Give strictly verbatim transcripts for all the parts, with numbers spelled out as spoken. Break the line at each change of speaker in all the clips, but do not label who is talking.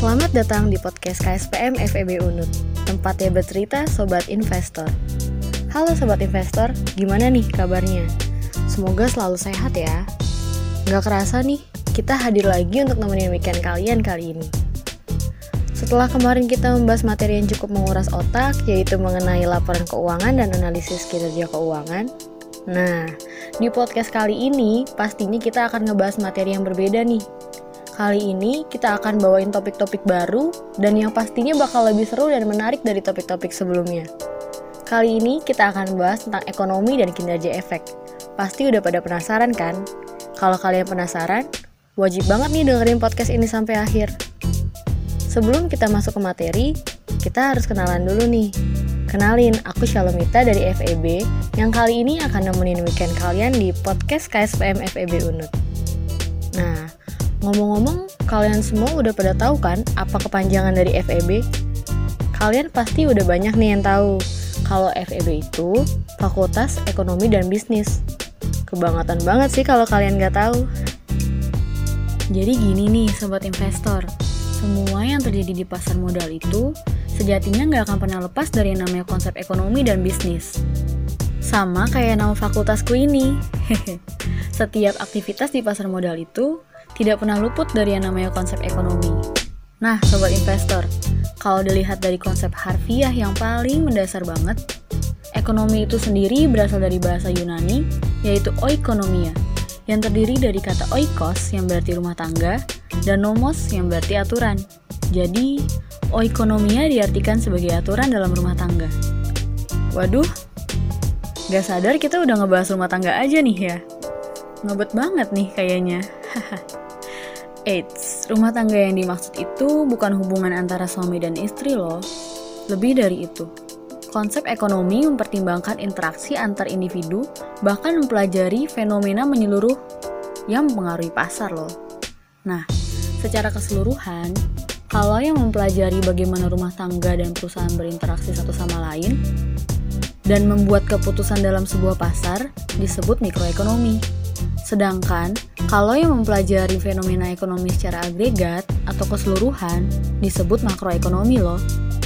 Selamat datang di podcast K S P M F E B Unut, tempatnya bercerita Sobat Investor. Halo Sobat Investor, gimana nih kabarnya? Semoga selalu sehat ya. Gak kerasa nih, kita hadir lagi untuk nemenin weekend kalian kali ini. Setelah kemarin kita membahas materi yang cukup menguras otak, yaitu mengenai laporan keuangan dan analisis kinerja keuangan. Nah, di podcast kali ini, pastinya kita akan ngebahas materi yang berbeda nih. Kali ini kita akan bawain topik-topik baru dan yang pastinya bakal lebih seru dan menarik dari topik-topik sebelumnya. Kali ini kita akan bahas tentang ekonomi dan kinerja efek. Pasti udah pada penasaran kan? Kalau kalian penasaran, wajib banget nih dengerin podcast ini sampai akhir. Sebelum kita masuk ke materi, kita harus kenalan dulu nih. Kenalin, aku Shalomita dari F E B yang kali ini akan nemenin weekend kalian di podcast K S P M F E B Unut. Nah, ngomong-ngomong, kalian semua udah pada tahu kan apa kepanjangan dari F E B? Kalian pasti udah banyak nih yang tahu kalau F E B itu Fakultas Ekonomi dan Bisnis. Kebangetan banget sih kalau kalian nggak tahu. Jadi gini nih Sobat Investor, semua yang terjadi di pasar modal itu sejatinya nggak akan pernah lepas dari yang namanya konsep ekonomi dan bisnis. Sama kayak nama fakultasku ini. Setiap aktivitas di pasar modal itu tidak pernah luput dari yang namanya konsep ekonomi. Nah, Sobat Investor, kalau dilihat dari konsep harfiah yang paling mendasar banget, ekonomi itu sendiri berasal dari bahasa Yunani, yaitu oikonomia, yang terdiri dari kata oikos yang berarti rumah tangga, dan nomos yang berarti aturan. Jadi, oikonomia diartikan sebagai aturan dalam rumah tangga. Waduh, gak sadar kita udah ngebahas rumah tangga aja nih ya. Ngebet banget nih kayaknya. Eits, rumah tangga yang dimaksud itu bukan hubungan antara suami dan istri loh. Lebih dari itu. Konsep ekonomi mempertimbangkan interaksi antar individu, bahkan mempelajari fenomena menyeluruh yang mempengaruhi pasar loh. Nah, secara keseluruhan, kalau yang mempelajari bagaimana rumah tangga dan perusahaan berinteraksi satu sama lain dan membuat keputusan dalam sebuah pasar disebut mikroekonomi. Sedangkan, kalau yang mempelajari fenomena ekonomi secara agregat atau keseluruhan disebut makroekonomi loh.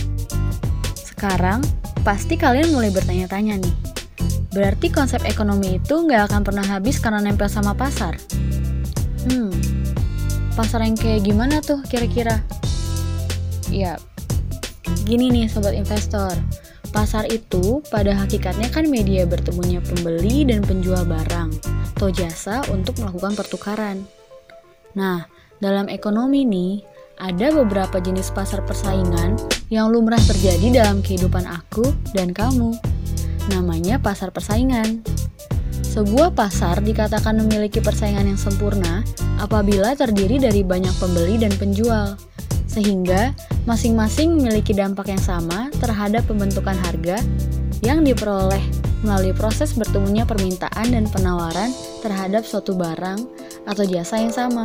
Sekarang, pasti kalian mulai bertanya-tanya nih. Berarti konsep ekonomi itu nggak akan pernah habis karena nempel sama pasar? Hmm, pasar yang kayak gimana tuh kira-kira? Ya, gini nih Sobat Investor. Pasar itu pada hakikatnya kan media bertemunya pembeli dan penjual barang atau jasa untuk melakukan pertukaran. Nah, dalam ekonomi nih, ada beberapa jenis pasar persaingan yang lumrah terjadi dalam kehidupan aku dan kamu. Namanya pasar persaingan. Sebuah pasar dikatakan memiliki persaingan yang sempurna apabila terdiri dari banyak pembeli dan penjual, sehingga masing-masing memiliki dampak yang sama terhadap pembentukan harga yang diperoleh melalui proses bertemunya permintaan dan penawaran terhadap suatu barang atau jasa yang sama.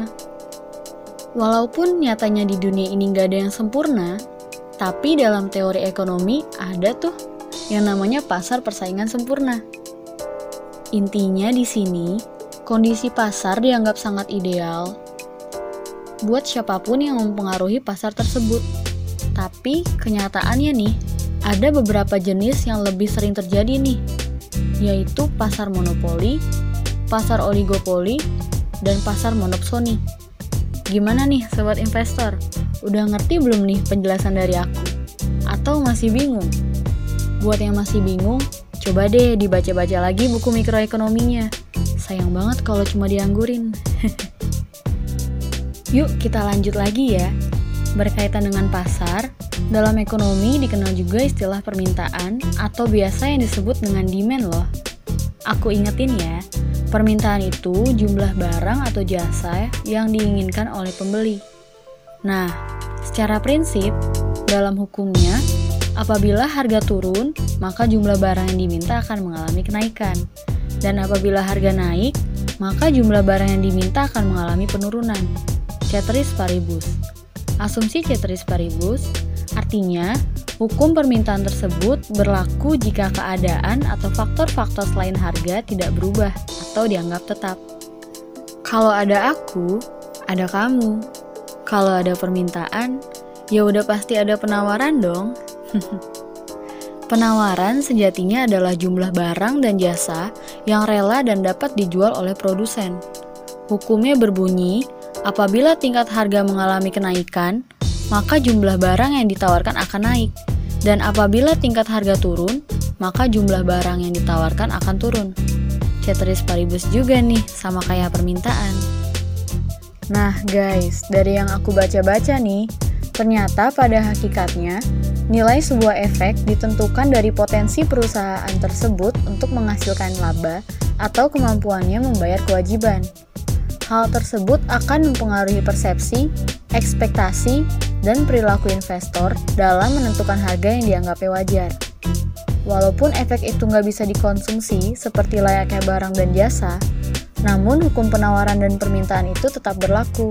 Walaupun nyatanya di dunia ini nggak ada yang sempurna, tapi dalam teori ekonomi ada tuh yang namanya pasar persaingan sempurna. Intinya di sini, kondisi pasar dianggap sangat ideal buat siapapun yang mempengaruhi pasar tersebut. Tapi kenyataannya nih, ada beberapa jenis yang lebih sering terjadi nih, yaitu pasar monopoli, pasar oligopoli, dan pasar monopsoni. Gimana nih Sobat Investor? Udah ngerti belum nih penjelasan dari aku? Atau masih bingung? Buat yang masih bingung, coba deh dibaca-baca lagi buku mikroekonominya. Sayang banget kalau cuma dianggurin. Yuk kita lanjut lagi ya. Berkaitan dengan pasar, dalam ekonomi dikenal juga istilah permintaan atau biasa yang disebut dengan demand loh. Aku ingetin ya, permintaan itu jumlah barang atau jasa yang diinginkan oleh pembeli. Nah, secara prinsip, dalam hukumnya, apabila harga turun, maka jumlah barang yang diminta akan mengalami kenaikan. Dan apabila harga naik, maka jumlah barang yang diminta akan mengalami penurunan. Ceteris paribus. Asumsi ceteris paribus artinya hukum permintaan tersebut berlaku jika keadaan atau faktor-faktor selain harga tidak berubah atau dianggap tetap. Kalau ada aku, ada kamu. Kalau ada permintaan, Ya udah pasti ada penawaran dong. Penawaran sejatinya adalah jumlah barang dan jasa yang rela dan dapat dijual oleh produsen. Hukumnya berbunyi, apabila tingkat harga mengalami kenaikan, maka jumlah barang yang ditawarkan akan naik. Dan apabila tingkat harga turun, maka jumlah barang yang ditawarkan akan turun. Ceteris paribus juga nih, sama kayak permintaan. Nah guys, dari yang aku baca-baca nih, ternyata pada hakikatnya, nilai sebuah efek ditentukan dari potensi perusahaan tersebut untuk menghasilkan laba atau kemampuannya membayar kewajiban. Hal tersebut akan mempengaruhi persepsi, ekspektasi, dan perilaku investor dalam menentukan harga yang dianggapnya wajar. Walaupun efek itu nggak bisa dikonsumsi seperti layaknya barang dan jasa, namun hukum penawaran dan permintaan itu tetap berlaku.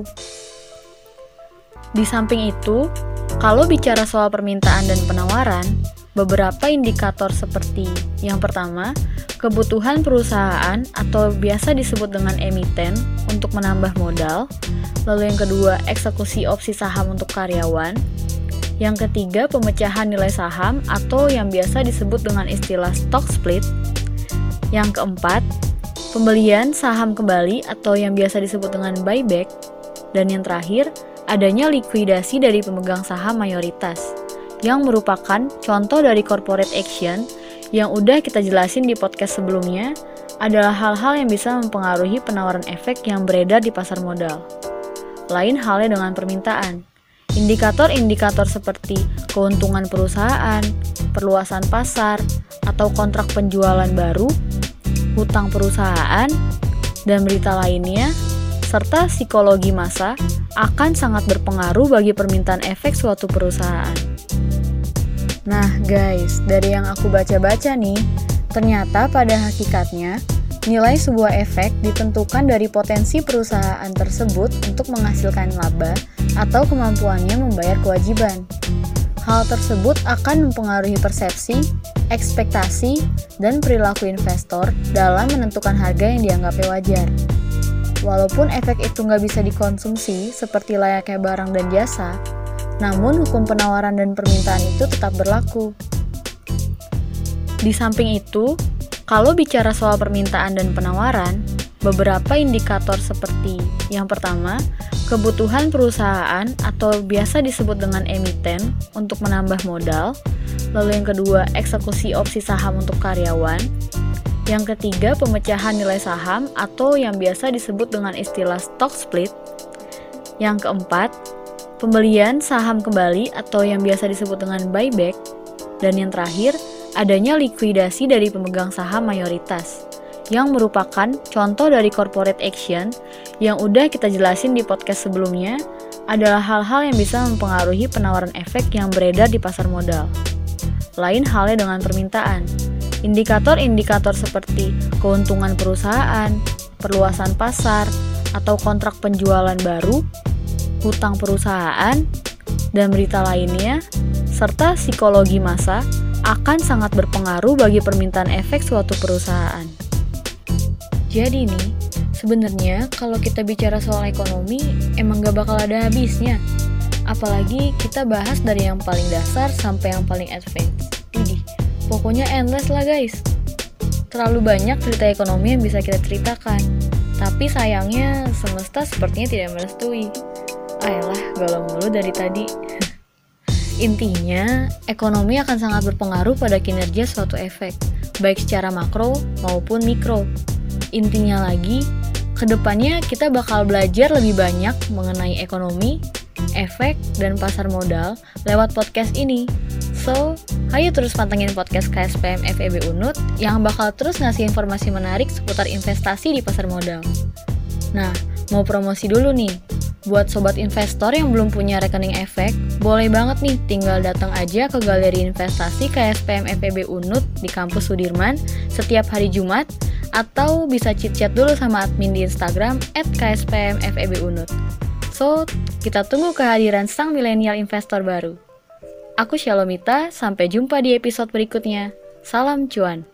Di samping itu, kalau bicara soal permintaan dan penawaran, beberapa indikator seperti yang pertama, kebutuhan perusahaan atau biasa disebut dengan emiten untuk menambah modal, lalu yang kedua, eksekusi opsi saham untuk karyawan, yang ketiga, pemecahan nilai saham atau yang biasa disebut dengan istilah stock split, yang keempat, pembelian saham kembali atau yang biasa disebut dengan buyback, dan yang terakhir, adanya likuidasi dari pemegang saham mayoritas, yang merupakan contoh dari corporate action yang udah kita jelasin di podcast sebelumnya, adalah hal-hal yang bisa mempengaruhi penawaran efek yang beredar di pasar modal. Lain halnya dengan permintaan. Indikator-indikator seperti keuntungan perusahaan, perluasan pasar, atau kontrak penjualan baru, hutang perusahaan, dan berita lainnya, serta psikologi massa akan sangat berpengaruh bagi permintaan efek suatu perusahaan. Nah guys, dari yang aku baca-baca nih, ternyata pada hakikatnya, nilai sebuah efek ditentukan dari potensi perusahaan tersebut untuk menghasilkan laba atau kemampuannya membayar kewajiban. Hal tersebut akan mempengaruhi persepsi, ekspektasi, dan perilaku investor dalam menentukan harga yang dianggapnya wajar. Walaupun efek itu nggak bisa dikonsumsi seperti layaknya barang dan jasa, namun hukum penawaran dan permintaan itu tetap berlaku. Di samping itu, kalau bicara soal permintaan dan penawaran, beberapa indikator seperti yang pertama, kebutuhan perusahaan atau biasa disebut dengan emiten untuk menambah modal, lalu yang kedua, eksekusi opsi saham untuk karyawan, yang ketiga, pemecahan nilai saham atau yang biasa disebut dengan istilah stock split. Yang keempat, pembelian saham kembali atau yang biasa disebut dengan buyback. Dan yang terakhir, adanya likuidasi dari pemegang saham mayoritas, yang merupakan contoh dari corporate action yang udah kita jelasin di podcast sebelumnya, adalah hal-hal yang bisa mempengaruhi penawaran efek yang beredar di pasar modal. Lain halnya dengan permintaan. Indikator-indikator seperti keuntungan perusahaan, perluasan pasar, atau kontrak penjualan baru, hutang perusahaan, dan berita lainnya, serta psikologi massa akan sangat berpengaruh bagi permintaan efek suatu perusahaan. Jadi nih, sebenarnya kalau kita bicara soal ekonomi, emang gak bakal ada habisnya. Apalagi kita bahas dari yang paling dasar sampai yang paling advance. Widih, pokoknya endless lah guys. Terlalu banyak cerita ekonomi yang bisa kita ceritakan. Tapi sayangnya semesta sepertinya tidak merestui. Ayolah, galau mulu dari tadi. Intinya, ekonomi akan sangat berpengaruh pada kinerja suatu efek, baik secara makro maupun mikro. Intinya lagi, kedepannya kita bakal belajar lebih banyak mengenai ekonomi, efek, dan pasar modal lewat podcast ini. So, ayo terus pantengin podcast K S P M F E B Unut yang bakal terus ngasih informasi menarik seputar investasi di pasar modal. Nah, mau promosi dulu nih. Buat sobat investor yang belum punya rekening efek, boleh banget nih tinggal datang aja ke Galeri Investasi K S P M F E B Unut di kampus Sudirman setiap hari Jumat, atau bisa chit-chat dulu sama admin di Instagram et K S P M F E B Unut. So, kita tunggu kehadiran sang milenial investor baru. Aku Shalomita, sampai jumpa di episode berikutnya. Salam cuan!